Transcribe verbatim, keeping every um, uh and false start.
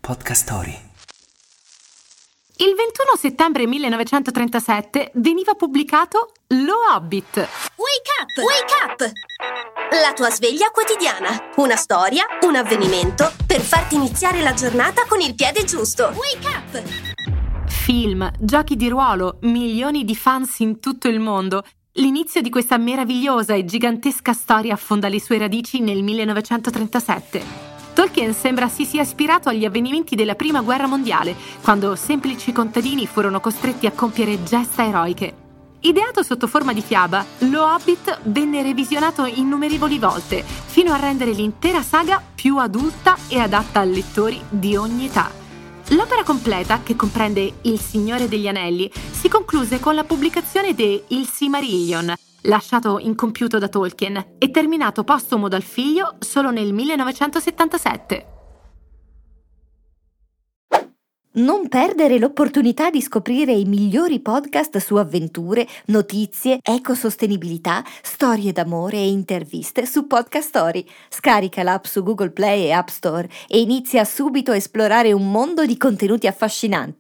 Podcast Story. Il ventuno settembre millenovecentotrentasette veniva pubblicato Lo Hobbit. Wake up! Wake up! La tua sveglia quotidiana. Una storia, un avvenimento per farti iniziare la giornata con il piede giusto. Wake up! Film, giochi di ruolo, milioni di fans in tutto il mondo. L'inizio di questa meravigliosa e gigantesca storia affonda le sue radici nel millenovecentotrentasette. Tolkien sembra si sia ispirato agli avvenimenti della Prima Guerra Mondiale, quando semplici contadini furono costretti a compiere gesta eroiche. Ideato sotto forma di fiaba, Lo Hobbit venne revisionato innumerevoli volte, fino a rendere l'intera saga più adulta e adatta a lettori di ogni età. L'opera completa, che comprende Il Signore degli Anelli, si concluse con la pubblicazione de Il Silmarillion, lasciato incompiuto da Tolkien e terminato postumo dal figlio solo nel millenovecentosettantasette. Non perdere l'opportunità di scoprire i migliori podcast su avventure, notizie, ecosostenibilità, storie d'amore e interviste su Podcast Story. Scarica l'app su Google Play e App Store e inizia subito a esplorare un mondo di contenuti affascinanti.